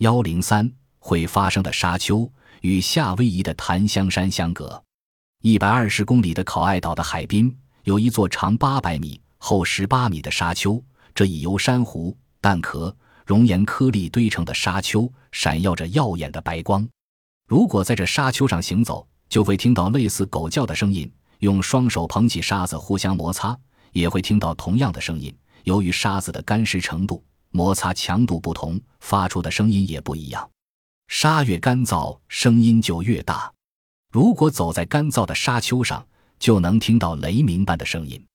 103会发生的沙丘与夏威夷的檀香山相隔。120公里的考爱岛的海滨有一座长800米、厚18米的沙丘，这一由珊瑚、蛋壳、熔岩颗粒堆成的沙丘闪耀着耀眼的白光。如果在这沙丘上行走，就会听到类似狗叫的声音，用双手捧起沙子互相摩擦，也会听到同样的声音。由于沙子的干湿程度、摩擦强度不同，发出的声音也不一样。沙越干燥，声音就越大。如果走在干燥的沙丘上，就能听到雷鸣般的声音。